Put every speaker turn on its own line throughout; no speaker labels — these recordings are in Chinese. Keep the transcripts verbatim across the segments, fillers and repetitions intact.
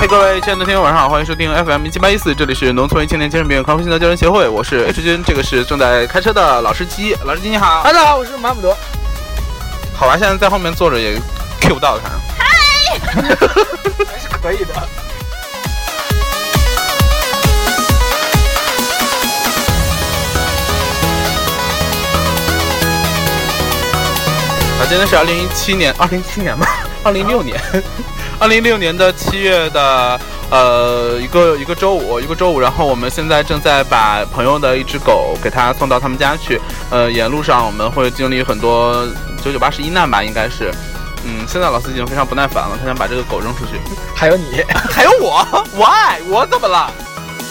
各位亲爱的听众晚上好，欢迎收听 F M 一七八一四，这里是农村青年精神病康复心得教人协会，我是 H 君，这个是正在开车的老司机，老司机你好。
大家好，我是马姆德。
好吧，现在在后面坐着也 Q 不到他。
嗨，还是可以的。
啊，今天是二零一七年，二零一七年吧，二零一六年，二零一六年的七月的呃一个一个周五，一个周五，然后我们现在正在把朋友的一只狗给他送到他们家去，呃，沿路上我们会经历很多九九八十一难吧，应该是，嗯，现在老司机已经非常不耐烦了，他想把这个狗扔出去。
还有你，
还有我 ，Why？ 我怎么了？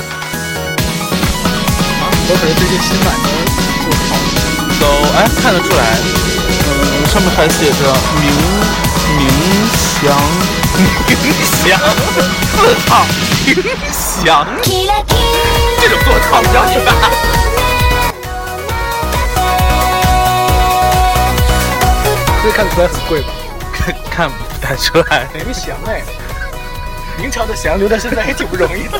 我可是最近新买的卧槽，
都哎看得出来。嗯，上面还写着明明祥明祥字号明祥，这种做套标你吧。
这看出来很贵吧？
看看不太出来。
明祥哎，明朝的祥留到现在也挺不容易的。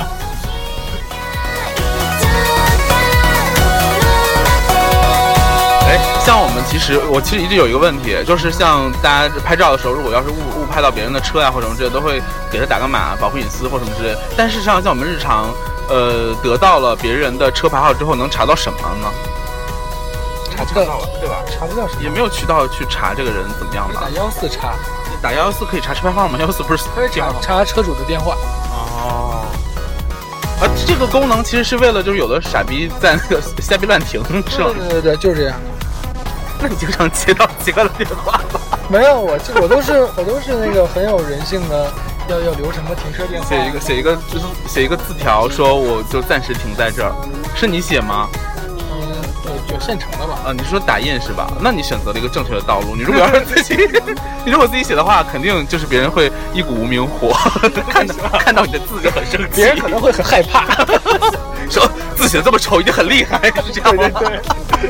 哎，像我们其实，我其实一直有一个问题，就是像大家拍照的时候，如果要是误误拍到别人的车呀、啊、或者什么之类的，都会给他打个码，保护隐私或什么之类的。但事实上，像我们日常，呃，得到了别人的车牌号之后，能查到什么呢？
查不到了，对吧？查不到什么，
也没有渠道去查这个人怎么样吧？
打幺四查，
打幺幺四可以查车牌号吗？幺四不是
可以查查车主的电话。
哦。啊，这个功能其实是为了，就是有的傻逼在那个瞎逼乱停，是吗？
对对对，就是这样。
那你经常接到奇怪的电话吗？
没有，我这我都是我都是那个很有人性的，要要留什么停车电话，
写一个写一个写一个字条，说我就暂时停在这儿，是你写吗？
嗯，有有现成的吧？
啊，你说打印是吧？那你选择了一个正确的道路。你如果要是自己，你如果自己写的话，肯定就是别人会一股无名火，看到看到你的字就很生气，
别人可能会很害怕，
说字写的这么丑，一定很厉害，是这样吗？
对对对。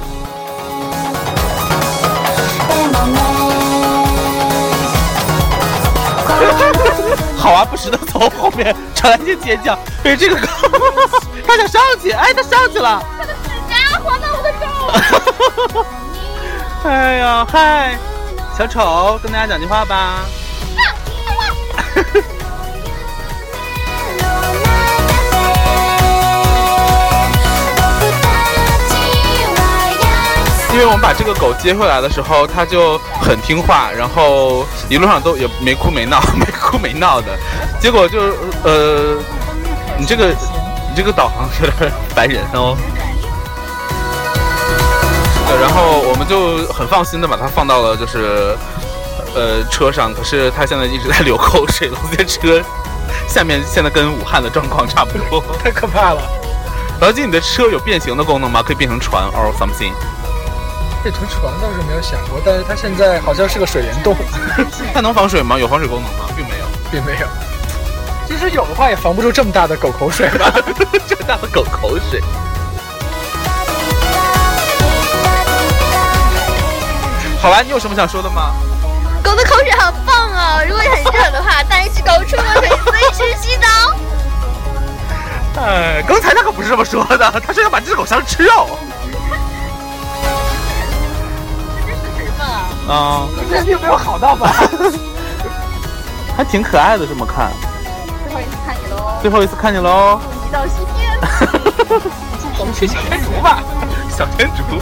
好啊，不时的从后面传来一些尖叫。哎，这个狗，它想上去，哎，它上去了。
它的指甲划到我的手。
哎呀，嗨，小丑，跟大家讲句话吧。啊，因为我们把这个狗接回来的时候，它就很听话，然后一路上都也没哭没闹，没哭没闹的。结果就呃，你这个你这个导航有点烦人哦。对，然后我们就很放心的把它放到了就是呃车上，可是它现在一直在流口水了。这车下面现在跟武汉的状况差不多，
太可怕了。
老金，你的车有变形的功能吗？可以变成船 or something？
变成船倒是没有想过，但是它现在好像是个水帘洞。
它能防水吗？有防水功能吗？并没有，
并没有。即使有的话，也防不住这么大的狗口水吧？
这么大的狗口水。好吧，你有什么想说的吗？
狗的口水好棒哦！如果很热的话，带一只狗出门可以随时洗澡。
哎，刚才他可不是这么说的，他说要把这只狗当吃肉。啊，
这并没有好到吧？
还挺可爱的，这么看。
最后一次看你喽！
最后一次看你喽！
一到西天。
我们去小天竺吧，
小天竺。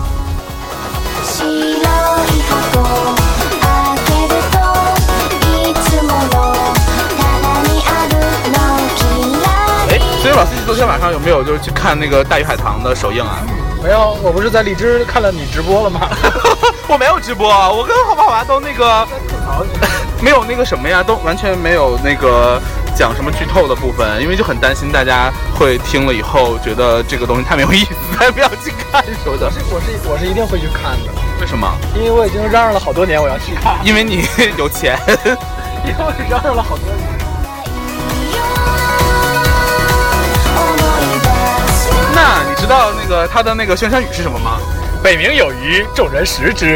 哎，所以老司机昨天晚上有没有就是去看那个《大鱼海棠》的首映啊？
没有，我不是在荔枝看了你直播了吗？
我没有直播，我跟好不好玩都那个没有那个什么呀，都完全没有那个讲什么剧透的部分，因为就很担心大家会听了以后觉得这个东西太没有意思，才不要去看什么的。
我是我是我是一定会去看的。
为什么？
因为我已经嚷嚷了好多年我要去看。
因为你有钱。
因为我嚷嚷了好多年。
那你知道那个他的那个宣传语是什么吗？
北冥有鱼，众人食之。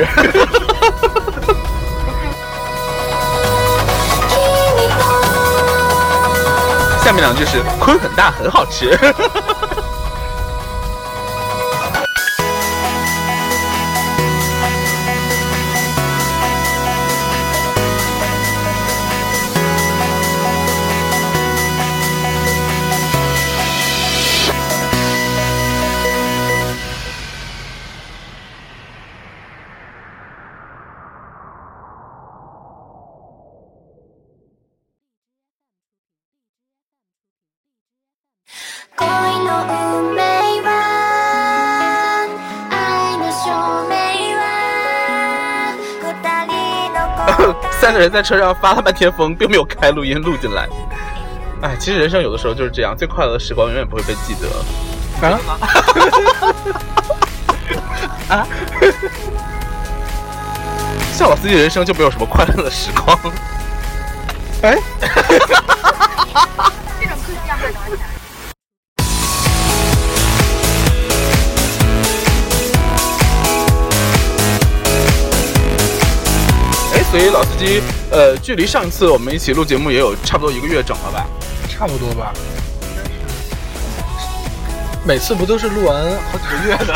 下面两句是坤很大很好吃。三个人在车上发了半天疯，并没有开录音录进来。哎，其实人生有的时候就是这样，最快乐的时光永远不会被记得。
啊？
啊？像老司机人生就没有什么快乐的时光。哎？
这种科技要买多少钱？
所以老司机，呃，距离上一次我们一起录节目也有差不多一个月整了吧？
差不多吧。每次不都是录完好几个月的？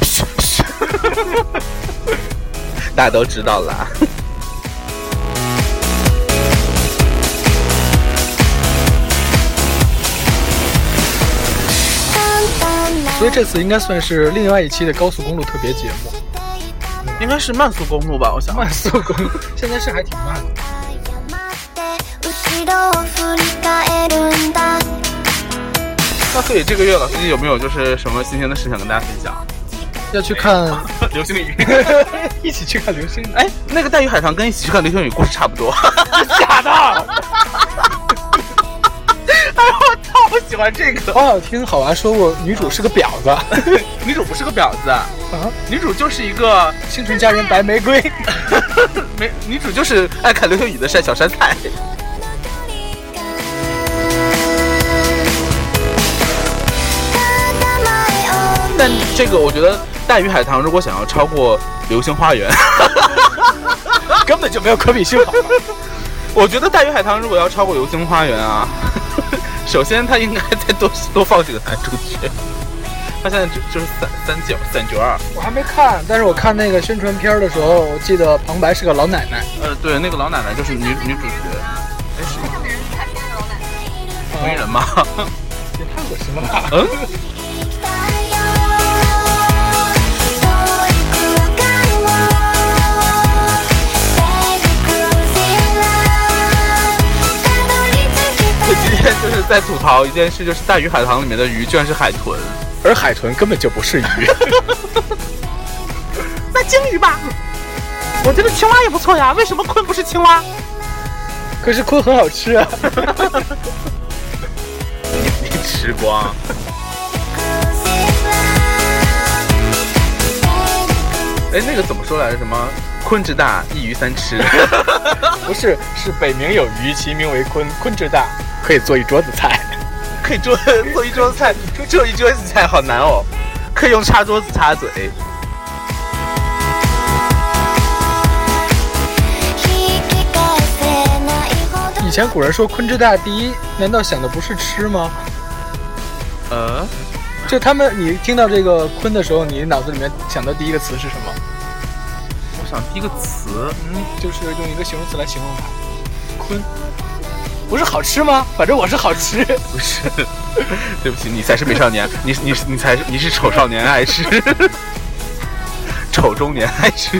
大家都知道啦。
所以这次应该算是另外一期的高速公路特别节目。
应该是慢速公路吧，我想。
慢速公路现在是还挺慢的。
那所以这个月老司机有没有就是什么新鲜的事想跟大家分享？
要去看
流星雨，
一起去看流星雨。
哎，那个《带鱼海棠》跟一起去看流星雨故事差不多。
假的！
哎呦我操！我喜欢这个。
黄晓听好玩说过，女主是个婊子。
女主不是个婊子啊，女主就是一个
清纯佳人白玫瑰。
没，女主就是爱看流星雨的晒小山菜。但这个我觉得《大鱼海棠》如果想要超过《流星花园》，
根本就没有可比性。
我觉得《大鱼海棠》如果要超过《流星花园》啊，首先他应该再多多放几个男主角。他现在就就是三三九三九二。
我还没看，但是我看那个宣传片的时候，我记得旁白是个老奶奶。
呃，对，那个老奶奶就是女女主角。哎，是吗？同一人吗？
也太恶心了吧！
嗯。我今天就是在吐槽一件事，就是《大鱼海棠》里面的鱼居然是海豚，
而海豚根本就不是鱼。
那鲸鱼吧，我觉得青蛙也不错呀，为什么鲲不是青蛙？
可是鲲很好吃啊。
你你吃光。哎，那个怎么说来着？什么鲲之大，一鱼三吃？
不是，是北冥有鱼，其名为鲲。鲲之大，可以做一桌子菜。
可以做做一桌子菜，做一桌子菜好难哦。可以用擦桌子擦嘴。
以前古人说鲲之大，第一，难道想的不是吃吗？
呃，
就他们，你听到这个鲲的时候，你脑子里面想到第一个词是什么？
我想第一个词，
嗯，就是用一个形容词来形容它。鲲，不是好吃吗？反正我是好吃。
不是，对不起，你才是美少年，你你你才你是丑少年还是丑中年还是？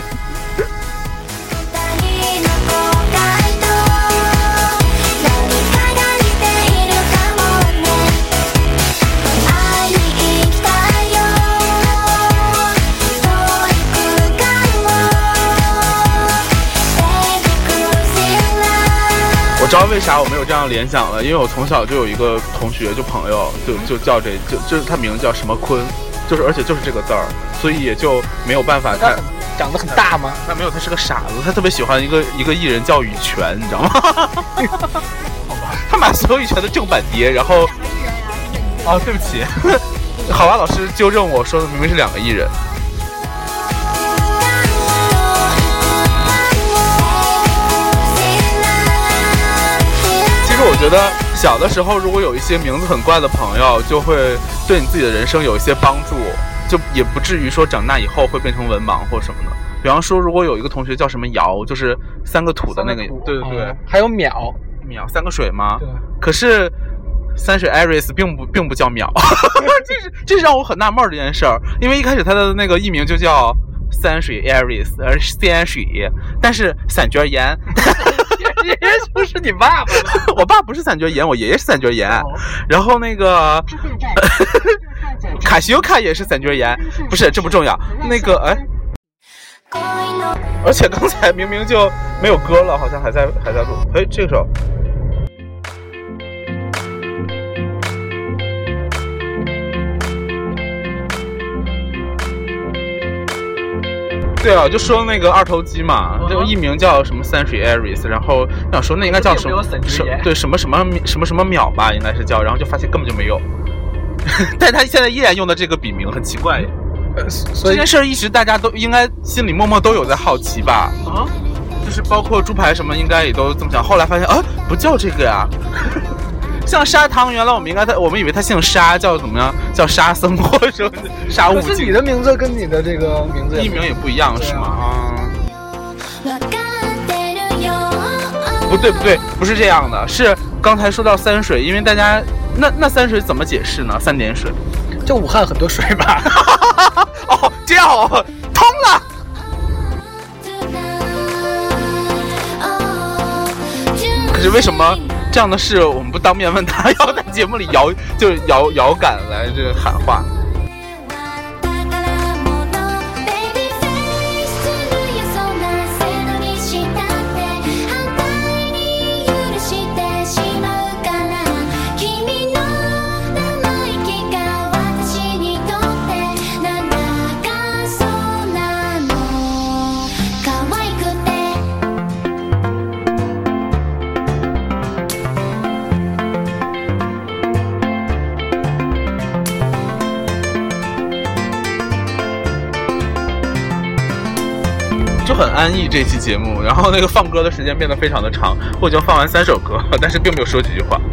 我知道为啥我没有这样联想了，因为我从小就有一个同学，就朋友，就就叫这就就是他名字叫什么鲲，就是而且就是这个字儿，所以也就没有办法看。
长得很大吗？
他没有，他是个傻子，他特别喜欢一个一个艺人叫羽泉，你知道吗？好吧，他买所有羽泉的正版碟，然后啊，对不起，好吧，老师纠正我说的明明是两个艺人。其实我觉得小的时候如果有一些名字很怪的朋友，就会对你自己的人生有一些帮助，就也不至于说长大以后会变成文盲或什么的。比方说如果有一个同学叫什么尧，就是三个土的那个，对对对、
嗯、还有淼
淼三个水吗？
对，
可是三水 Aries 并不并不叫淼这是这是让我很纳闷的一件事儿，因为一开始他的那个艺名就叫三水 Aries 而是三水，但是散角岩
爷爷就是你爸爸
我爸不是散角岩，我爷爷是散角岩、哦、然后那个卡西欧卡也是散角岩，不是这不重要，那个哎，而且刚才明明就没有歌了，好像还在还在录，哎，这首对啊，就说那个二头肌嘛，这个艺名叫什么三水 Aries， 然后想说那应该叫什么什对什么什么什么什么淼吧，应该是叫，然后就发现根本就没有，但他现在依然用的这个笔名很奇怪，呃，所以这件事一直大家都应该心里默默都有在好奇吧，啊，就是包括猪排什么应该也都这么想，后来发现啊不叫这个呀。像砂糖，原来我们应该他，我们以为他姓沙，叫怎么样？叫沙僧或者沙悟净。
可是你的名字跟你的这个名字
艺名也不一样，是吗？啊，不对不对，不是这样的，是刚才说到三水，因为大家那那三水怎么解释呢？三点水，
就武汉很多水吧？
哦，这样哦，通了。可是为什么？这样的事我们不当面问他，要在节目里摇就摇摇杆来这个喊话。就很安逸这期节目，然后那个放歌的时间变得非常的长，我已经放完三首歌，但是并没有说几句话。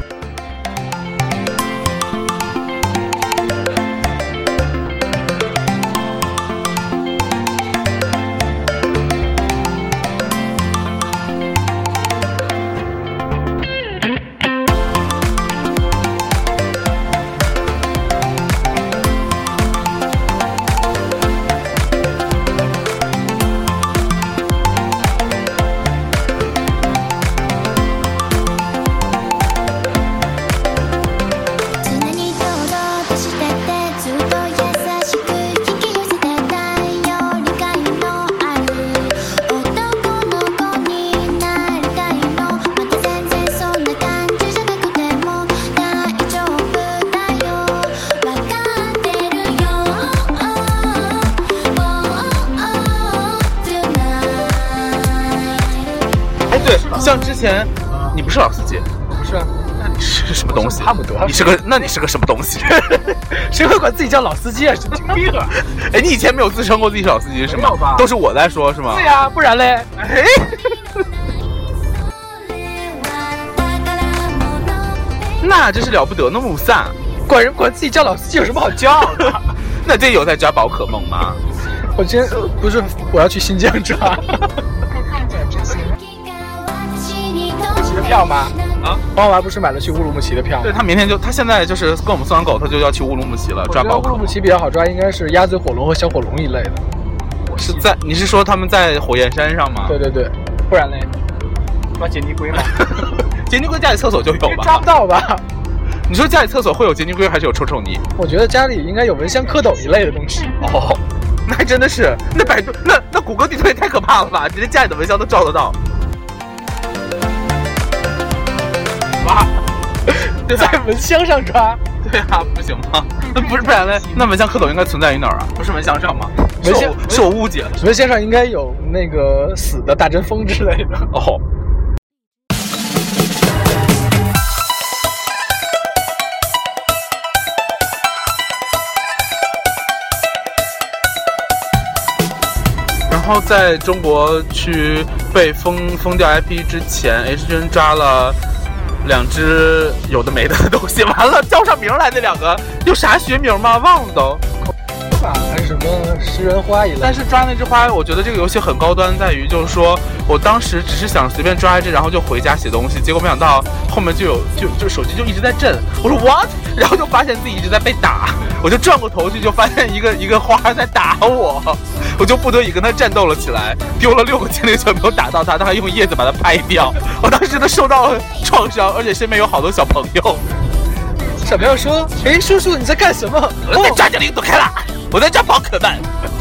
对，像之前，你不是老司机，
不是啊，
那你是什么东西？
差不多，
你是个，那你是个什么东西？
谁会管自己叫老司机啊？神经病啊！
哎，你以前没有自称过自己是老司机是吗？都是我在说，是吗？
对呀、啊，不然嘞？哎，
那真是了不得，那姆萨，
管人管自己叫老司机有什么好骄傲的？
那这有在抓宝可梦吗？
我今天不是我要去新疆抓。的票吗？啊，王娃不是买了去乌鲁木齐的票吗？
对，他明天就，他现在就是跟我们送完狗，他就要去乌鲁木齐了，抓宝可梦。
乌鲁木齐比较好抓，应该是鸭嘴火龙和小火龙一类的。
是在，你是说他们在火焰山上吗？
对对对，不然嘞？抓杰尼龟吗？
杰尼龟家里厕所就有吧？
抓不到吧？
你说家里厕所会有杰尼龟，还是有臭臭泥？
我觉得家里应该有蚊香蝌蚪一类的东西。
哦，那还真的是，那百度那那谷歌地图也太可怕了吧，直接家里的蚊香都照得到。哇，
在蚊香上抓，
对啊，不行吗？那不是不然呢？那蚊香蝌蚪应该存在于哪儿啊？不是蚊香上吗？
蚊香
是我误解了，
蚊香上应该有那个死的大针蜂之类的。
哦。然后在中国区被封封掉 I P 之前 ，H 君抓了两只有的没的东西，完了叫上名来那两个有啥学名吗？忘了都。
还是什么食人花一类。
但是抓那只花，我觉得这个游戏很高端，在于就是说我当时只是想随便抓一只，然后就回家写东西，结果没想到后面就有就就手机就一直在震，我说 what， 然后就发现自己一直在被打，我就转过头去就发现一个一个花在打我，我就不得已跟他战斗了起来，丢了六个精灵球没有打到他，他还用叶子把它拍掉，我当时真的受到了创伤，而且身边有好多小朋友。
小朋友说：“哎，叔叔你在干什么？”
我在抓精灵，躲开了，我在抓宝可梦。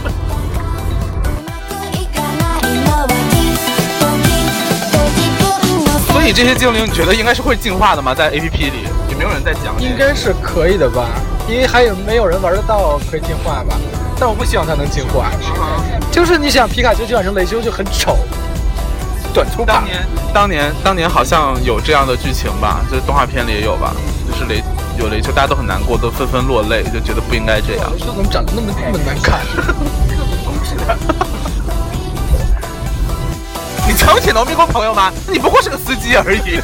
所以这些精灵，你觉得应该是会进化的吗？在 A P P 里有没有人在讲？
应该是可以的吧，因为还有没有人玩得到可以进化吧？但我不希望它能进化。就是你想皮卡丘进化成雷修就很丑，短粗
当年当年当年好像有这样的剧情吧，就是动画片里也有吧，就是雷有雷丘，大家都很难过，都纷纷落泪，就觉得不应该这样。
雷修怎么长得那么那么难看？
你曾经农民工朋友吗？你不过是个司机而已。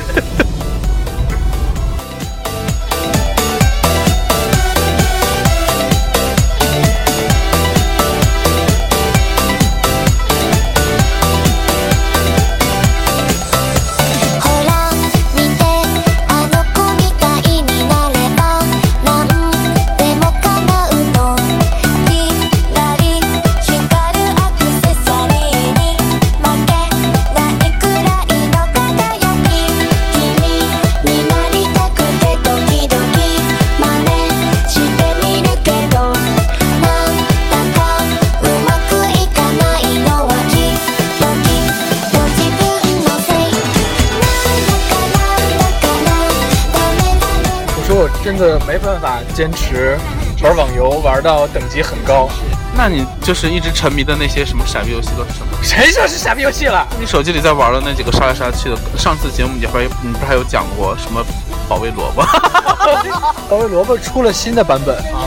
真的没办法坚持玩网游玩到等级很高。
那你就是一直沉迷的那些什么傻逼游戏都是什么？
谁说是傻逼游戏了？
你手机里在玩的那几个杀来杀去的，上次节目你还你不是还有讲过什么保卫萝卜？
保卫萝卜出了新的版本啊。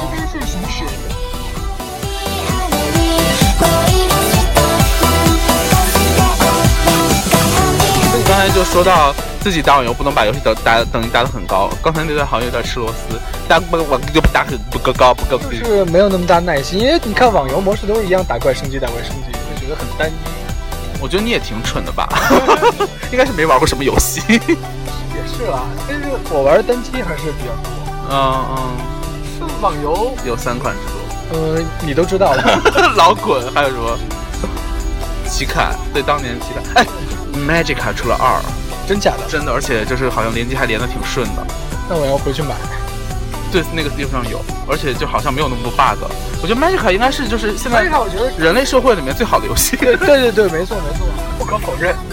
刚才就说到自己打网游不能把游戏等打等级打得很高，刚才那段好像有点吃螺丝，打不我就不打很不够高不够低，
是没有那么大耐心，因为你看网游模式都是一样，打怪升级打怪升级，就觉得很单一。
我觉得你也挺蠢的吧？应该是没玩过什么游戏。
也是啦，但是我玩单机还是比较多。
嗯嗯，
网游
有三款之多。
嗯，你都知道了。
老滚还有什么？奇凯，对，当年奇凯，哎 ，Magic 出了二，
真假的？
真的，而且就是好像连接还连得挺顺的。
那我要回去买。对，
那个地方有，而且就好像没有那么多 bug。我觉得 Magic 应该是就是现在
我觉得
人类社会里面最好的游戏。
对对对对，没错没错，不可否认。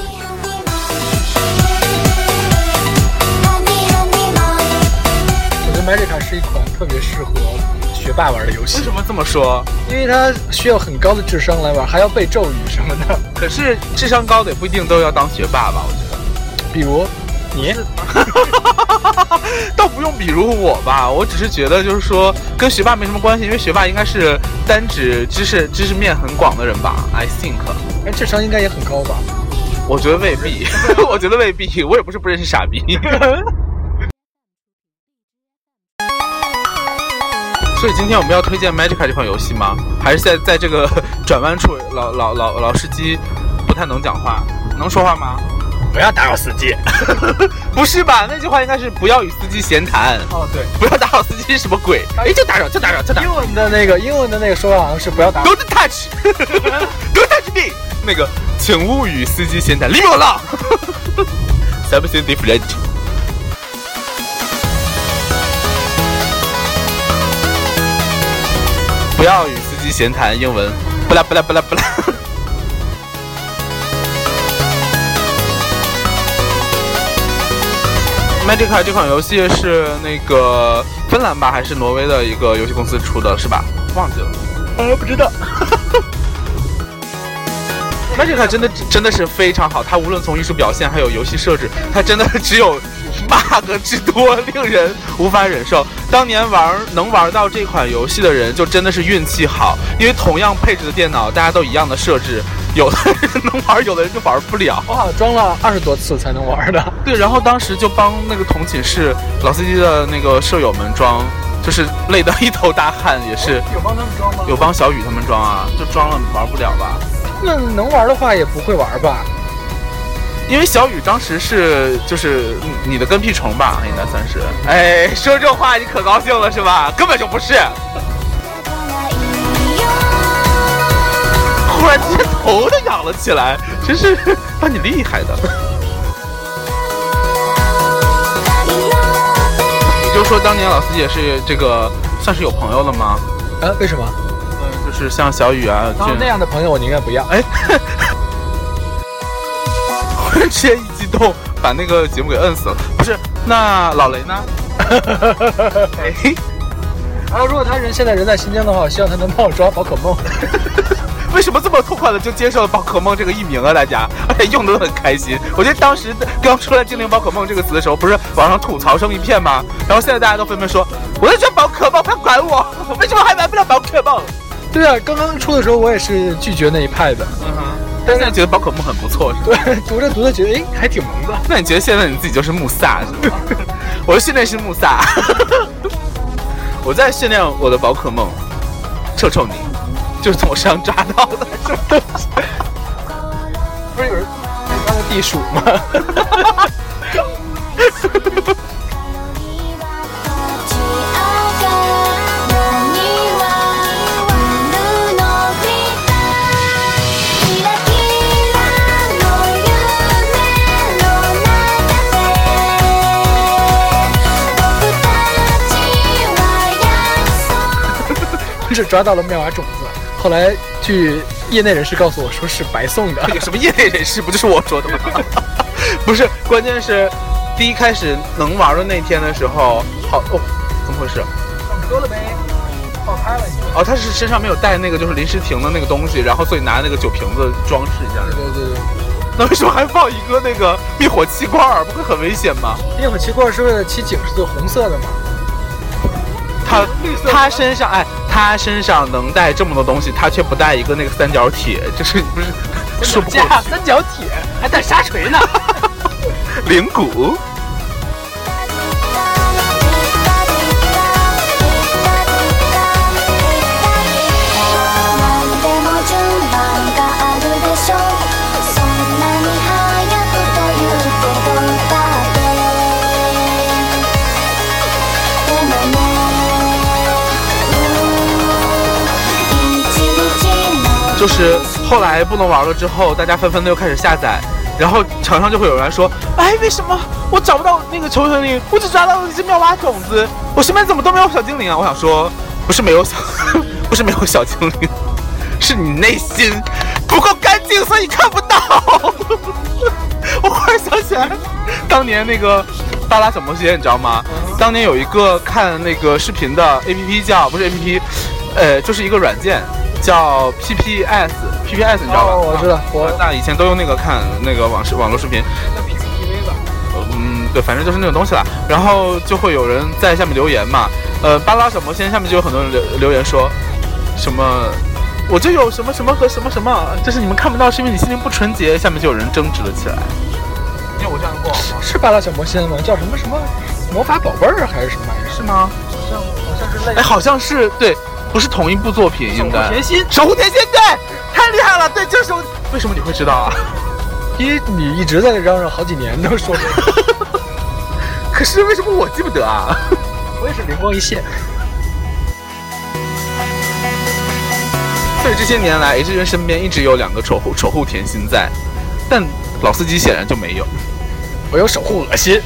我觉得 Magic 是一款特别适合学霸玩的游戏。
为什么这么说？
因为它需要很高的智商来玩，还要背咒语什么的。
可是智商高的也不一定都要当学霸吧？我觉得，
比如你，
倒不用比如我吧。我只是觉得就是说跟学霸没什么关系，因为学霸应该是单指知识知识面很广的人吧 ？I think。
哎，智商应该也很高吧？
我觉得未必，我觉得未必。我也不是不认识傻逼。所以今天我们要推荐 Magic 这款游戏吗？还是在在这个转弯处，老老老老司机不太能讲话，能说话吗？
不要打扰司机。
不是吧？那句话应该是不要与司机闲谈。
哦，对，
不要打扰司机是什么鬼？哎，就打扰，就打扰，就打扰。
英文的那个英文的那个说法好像是不要打扰。
Don't touch， Don't touch me。那个，请勿与司机闲谈 ，Leave me alone。Something different。不要与司机闲谈，英文，不啦不啦不啦不啦。Magic 这款游戏是那个芬兰吧，还是挪威的一个游戏公司出的，是吧？忘记了，
呃，不知道。
Magic 真的真的是非常好，它无论从艺术表现还有游戏设置，它真的只有 bug 之多，令人无法忍受。当年玩能玩到这款游戏的人，就真的是运气好，因为同样配置的电脑，大家都一样的设置， 有的人能玩，有的人就玩不了。
我好像装了二十多次才能玩的。
对，然后当时就帮那个同寝室老司机的那个舍友们装，就是累得一头大汗，也是
有帮他们装吗？
有帮小雨他们装啊，就装了玩不了吧？
那能玩的话也不会玩吧？
因为小雨当时是就是你的跟屁虫吧，应该算是。哎，说这话你可高兴了是吧？根本就不是。突然之间头都仰了起来，真是把你厉害的。也就是说，当年老司机也是这个算是有朋友了吗？
啊？为什么？
嗯，就是像小雨啊，
就那样的朋友我宁愿不要。
哎。突然之间一激动，把那个节目给摁死了。不是，那老雷呢？哎，
然后如果他人现在人在新疆的话，我希望他能帮我抓宝可梦。
为什么这么痛快的就接受了宝可梦这个艺名啊？大家，而且用的都很开心。我觉得当时刚出来精灵宝可梦这个词的时候，不是网上吐槽声一片吗？然后现在大家都纷纷说，我在玩宝可梦，不要管我，我为什么还玩不了宝可梦？
对啊，刚刚出的时候我也是拒绝那一派的。
嗯哼。但现在觉得宝可梦很不错，是吧？
对，读着读着觉得，哎，还挺萌的。
那你觉得现在你自己就是穆萨是吗？我的训练是穆萨，我在训练我的宝可梦，臭臭你，就是从我身上抓到的，什么东西？
不是有人抓的地鼠吗？是抓到了妙蛙种子，后来据业内人士告诉我说是白送的。
有什么业内人士？不就是我说的吗？不是，关键是第一开始能玩的那天的时候，好哦，怎么回事？
喝了呗，爆开了。
哦，他是身上没有带那个就是临时停的那个东西，然后所以拿那个酒瓶子装饰一下。
对对对对。
那为什么还放一个那个灭火器罐？不会很危险吗？
灭火器罐是为了起警示，红色的吗？
他他身上哎，他身上能带这么多东西，他却不带一个那个三角铁，就是不是说不过去。
三角铁还带沙锤呢，
灵骨。就是后来不能玩了之后，大家纷纷的又开始下载，然后场上就会有人说，哎，为什么我找不到那个求生灵？我只抓到了一只妙蛙种子，我身边怎么都没有小精灵啊？我想说，不是没有小，不是没有小精灵，是你内心不够干净，所以看不到。我忽然想起来，当年那个巴拉小魔仙，你知道吗？当年有一个看那个视频的 A P P 叫，不是 A P P， 呃，就是一个软件。叫 P P S，P P S 你知道吧？
哦，我知道，我
那以前都用那个看那个网视网络视频。
那 P P T V 吧？
嗯，对，反正就是那种东西啦。然后就会有人在下面留言嘛，呃，巴拉小魔仙下面就有很多人留留言说，什么我就有什么什么和什么什么，就是你们看不到是因为你心灵不纯洁。下面就有人争执了起来。你有过这样的过往吗？
是巴拉小魔仙吗？叫什么什么魔法宝贝儿还是什么玩意儿？
是吗？
好像好像是类，
哎，好像是对。不是同一部作品，应该。
守护甜心，
守护甜心，对，太厉害了，对，就是。为什么你会知道啊？
因为你一直在嚷嚷好几年都说着。
可是为什么我记不得啊？
我也是灵光一现。
所以这些年来 ，H 人身边一直有两个守护守护甜心在，但老司机显然就没有。
我有守护恶心。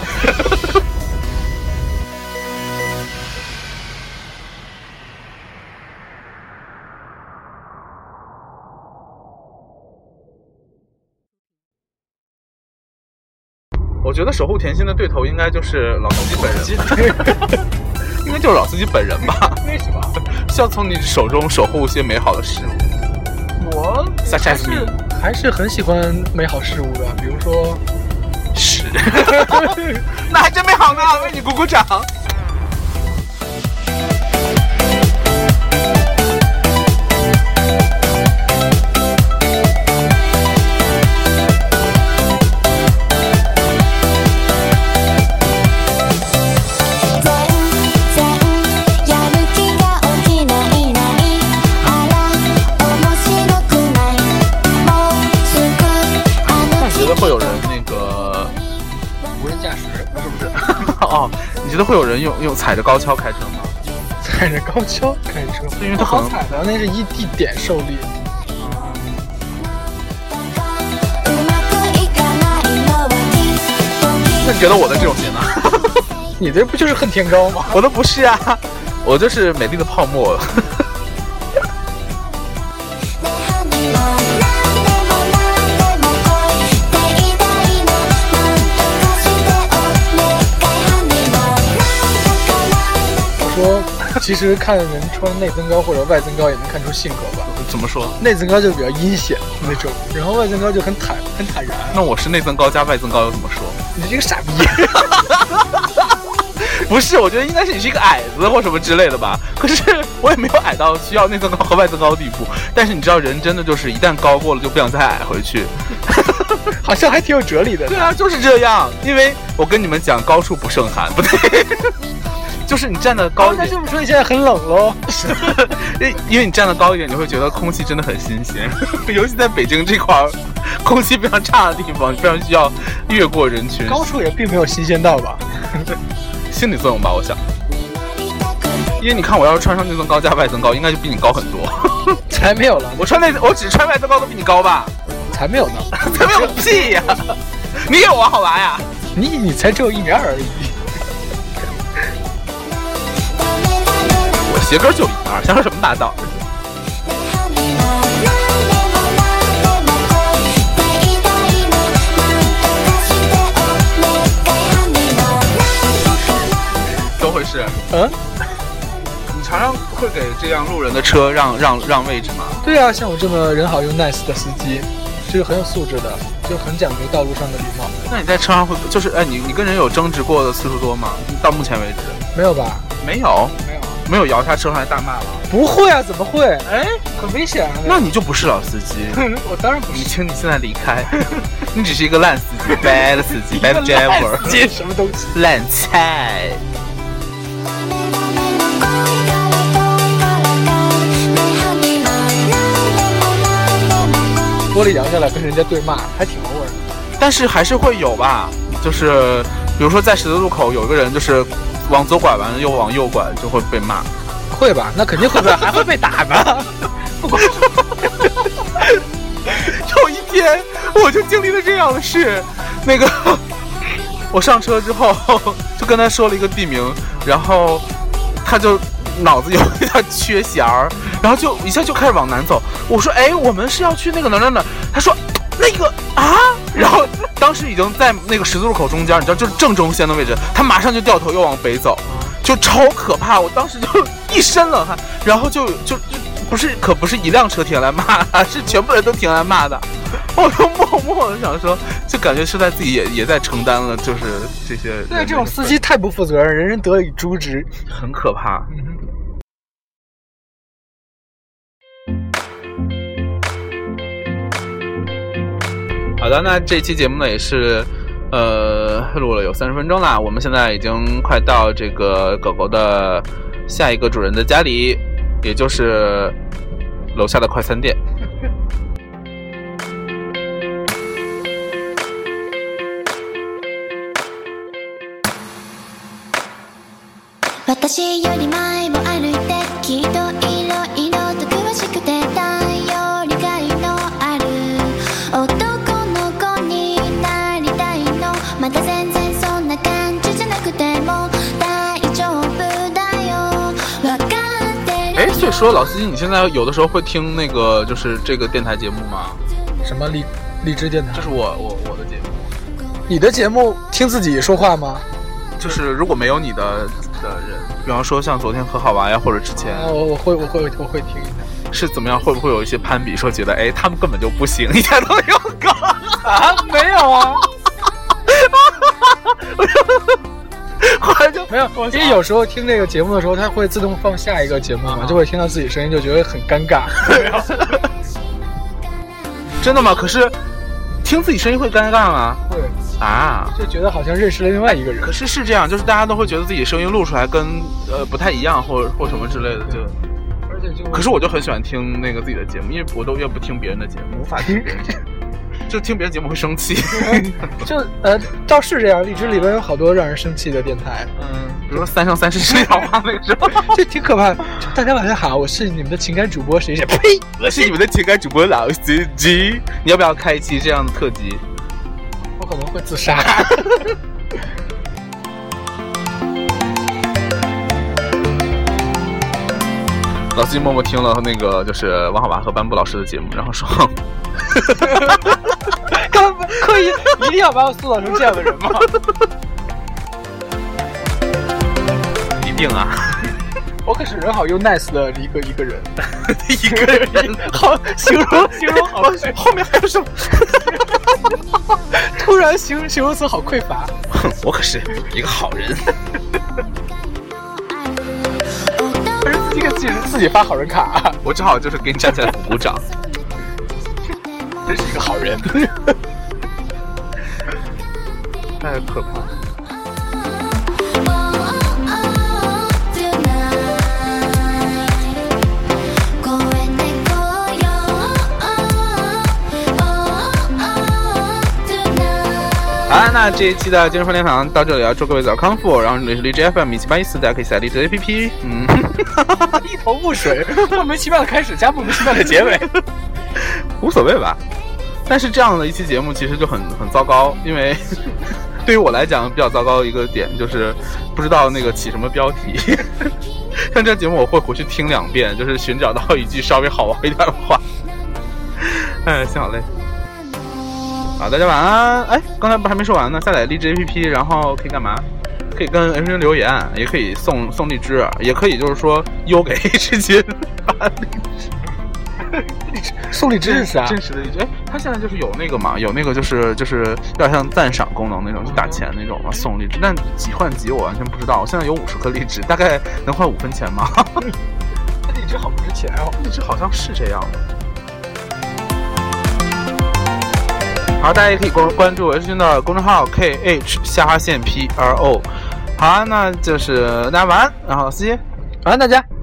我觉得守护甜心的对头应该就是老司机本人，应该就是老司机本人吧？
为什么？
是要从你手中守护一些美好的事物。
我还是还是很喜欢美好事物的，比如说
屎，那还真美好呢，为你鼓鼓掌。 觉得会有人用用踩着高跷开车吗？
踩着高跷开车，
因为它
好踩的，那是一地点受力。
那你觉得我的这种鞋呢？
你这不就是恨天高吗？
我都不是啊，我就是美丽的泡沫。
说其实看人穿内增高或者外增高也能看出性格吧。
怎么说？
内增高就比较阴险那种，然后外增高就很坦很坦然。
那我是内增高加外增高又怎么说？
你这个傻逼！
不是，我觉得应该是你是一个矮子或什么之类的吧。可是我也没有矮到需要内增高和外增高的地步。但是你知道，人真的就是一旦高过了就不想再矮回去。
好像还挺有哲理的。
对啊，就是这样。因为我跟你们讲，高处不胜寒，不对。就是你站得高一点，
那这么说你现在很冷喽？
因为你站得高一点，你会觉得空气真的很新鲜，尤其在北京这块空气非常差的地方，你非常需要越过人群。
高处也并没有新鲜到吧？
心理作用吧，我想。因为你看，我要是穿上内增高加外增高，应该就比你高很多。
才没有了，
我穿内，我只穿外增高都比你高吧？
才没有呢，
才没有屁呀！你有啊，好玩呀！
你你才只有一米二而已。
鞋跟就一样，想说什么大道？怎么回事？
嗯？
你常常会给这样路人的车让让让位置吗？
对啊，像我这么人好又 nice 的司机，就是很有素质的，就很讲究道路上的礼貌。
那你在车上会就是哎，你你跟人有争执过的次数多吗？到目前为止
没有吧？
没有，
没有。
没有摇下车上来大骂了？
不会啊，怎么会？哎，很危险啊！
那你就不是老司机。
我当然不是。
你请你现在离开，你只是一个烂司机 ，bad 司机 ，bad driver。
司机什么东西？
烂菜。
玻璃摇下来跟人家对骂，还挺偶尔的。
但是还是会有吧，就是比如说在十字路口有一个人就是。往左拐完又往右拐就会被骂，
会吧？那肯定会被，还会被打呢。不管。
有一天我就经历了这样的事，那个我上车之后就跟他说了一个地名，然后他就脑子有一点缺弦儿，然后就一下就开始往南走。我说：“哎，我们是要去那个哪哪哪？”他说：“那个啊。”然后当时已经在那个十字路口中间，你知道，就是正中间的位置，他马上就掉头又往北走，就超可怕。我当时就一身冷汗，然后就就就不是，可不是一辆车停来骂，是全部人都停来骂的。我就默默的想说，就感觉是在自己也也在承担了，就是这些。
对，这种司机太不负责任，人人得以诛之，
很可怕。嗯好的，那这期节目呢也是，呃，录了有三十分钟啦。我们现在已经快到这个狗狗的下一个主人的家里，也就是楼下的快餐店。
私より前も歩いてきっといろいろと詳しくて頼りがいのある男の子になりたいのまだ全然そんな感じじゃなくても大丈夫だよ分かってる。
哎，所以说老司机，你现在有的时候会听那个就是这个电台节目吗？
什么荔荔枝电台？
就是我我我的节目。
你的节目听自己说话吗？
就是如果没有你的的人，比方说像昨天和好娃呀，或者之前，
啊、我我会我会我会听一下。
是怎么样？会不会有一些攀比，说觉得哎，他们根本就不行，一天都有搞
啊？没有啊。
后来就
没有，因为有时候听这个节目的时候，它会自动放下一个节目嘛，啊、就会听到自己声音，就觉得很尴尬。
真的吗？可是听自己声音会尴尬吗？
会
啊，
就觉得好像认识了另外一个人。
可是是这样，就是大家都会觉得自己声音录出来跟呃不太一样，或或什么之类的，就。
而且就，
可是我就很喜欢听那个自己的节目，因为我都越不听别人的节目，无法听别人节目。 就听别的节目会生气。
就呃，倒是这样，荔枝里边有好多让人生气的电台，
嗯，比如说三生三世十里桃花那个时候，
这挺可怕的。大家晚上好，我是你们的情感主播谁谁，呸，
我是你们的情感主播老司机。你要不要开一期这样的特辑？
我可能会自杀。
老司机默默听了那个就是王好娃和班布老师的节目，然后说
干嘛刻意一定要把我塑造成这样的人吗？
一定啊！
我可是人好又 nice 的一个一个人，
一个人
好形容形容好，
后面还有什么？
突然形形容词好匮乏。
我可是一个好人。
可是自己给自己自己发好人卡，
我只好就是给你站起来鼓鼓掌。
真是一个好人。
太可怕了。好，那这一期的精神分裂堂到这里要祝各位早日康复，然后这里是荔枝 F M 一七八一四，大家可以下荔枝 A P P。嗯，
一头雾水，莫名其妙的开始加莫名其妙的结尾，
无所谓吧。但是这样的一期节目其实就很很糟糕，因为对于我来讲比较糟糕的一个点就是不知道那个起什么标题。像这节目我会回去听两遍，就是寻找到一句稍微好玩一点的话。哎，心好累。好，大家晚安。哎，刚才不还没说完呢？下载荔枝 A P P， 然后可以干嘛？可以跟 H 君留言，也可以送送荔枝，也可以就是说邮给 H 君发荔枝。
送荔枝是啥？
真实的荔枝。哎，他现在就是有那个嘛，有那个就是就是有点像赞赏功能那种，就打钱那种嘛，送荔枝。但几换几我完全不知道。我现在有五十颗荔枝，大概能换五分钱吗？
荔枝好不值钱哦。
荔枝好像是这样的。好，大家也可以关关注 H 君的公众号 K H 下划线 P R O。好，那就是大家晚安，然后司机，
晚安大家。